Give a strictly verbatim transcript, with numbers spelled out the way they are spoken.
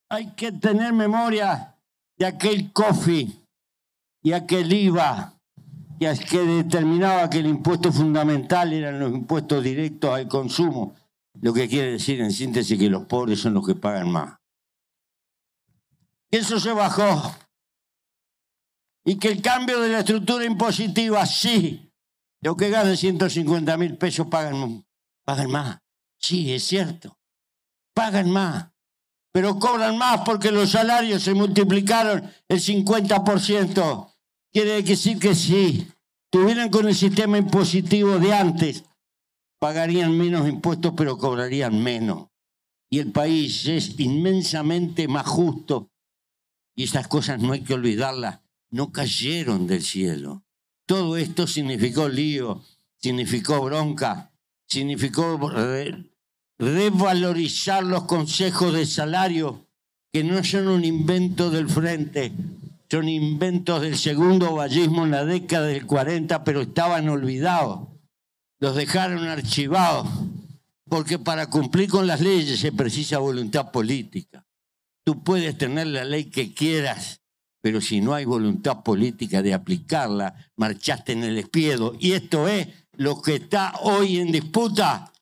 Hay que tener memoria de aquel COFI y aquel I V A que determinaba que el impuesto fundamental eran los impuestos directos al consumo, lo que quiere decir en síntesis que los pobres son los que pagan más. Eso se bajó. Y que el cambio de la estructura impositiva, sí, los que ganan ciento cincuenta mil pesos pagan, pagan más. Sí, es cierto, pagan más. Pero cobran más porque los salarios se multiplicaron el cincuenta por ciento. Quiere decir que sí, estuvieran con el sistema impositivo de antes, pagarían menos impuestos pero cobrarían menos. Y el país es inmensamente más justo. Y esas cosas no hay que olvidarlas, no cayeron del cielo. Todo esto significó lío, significó bronca, significó re revalorizar los consejos de salario, que no son un invento del Frente, son inventos del segundo vallismo en la década del cuarenta, pero estaban olvidados. Los dejaron archivados, porque para cumplir con las leyes se precisa voluntad política. Tú puedes tener la ley que quieras, pero si no hay voluntad política de aplicarla, marchaste en el espiedo. Y esto es lo que está hoy en disputa.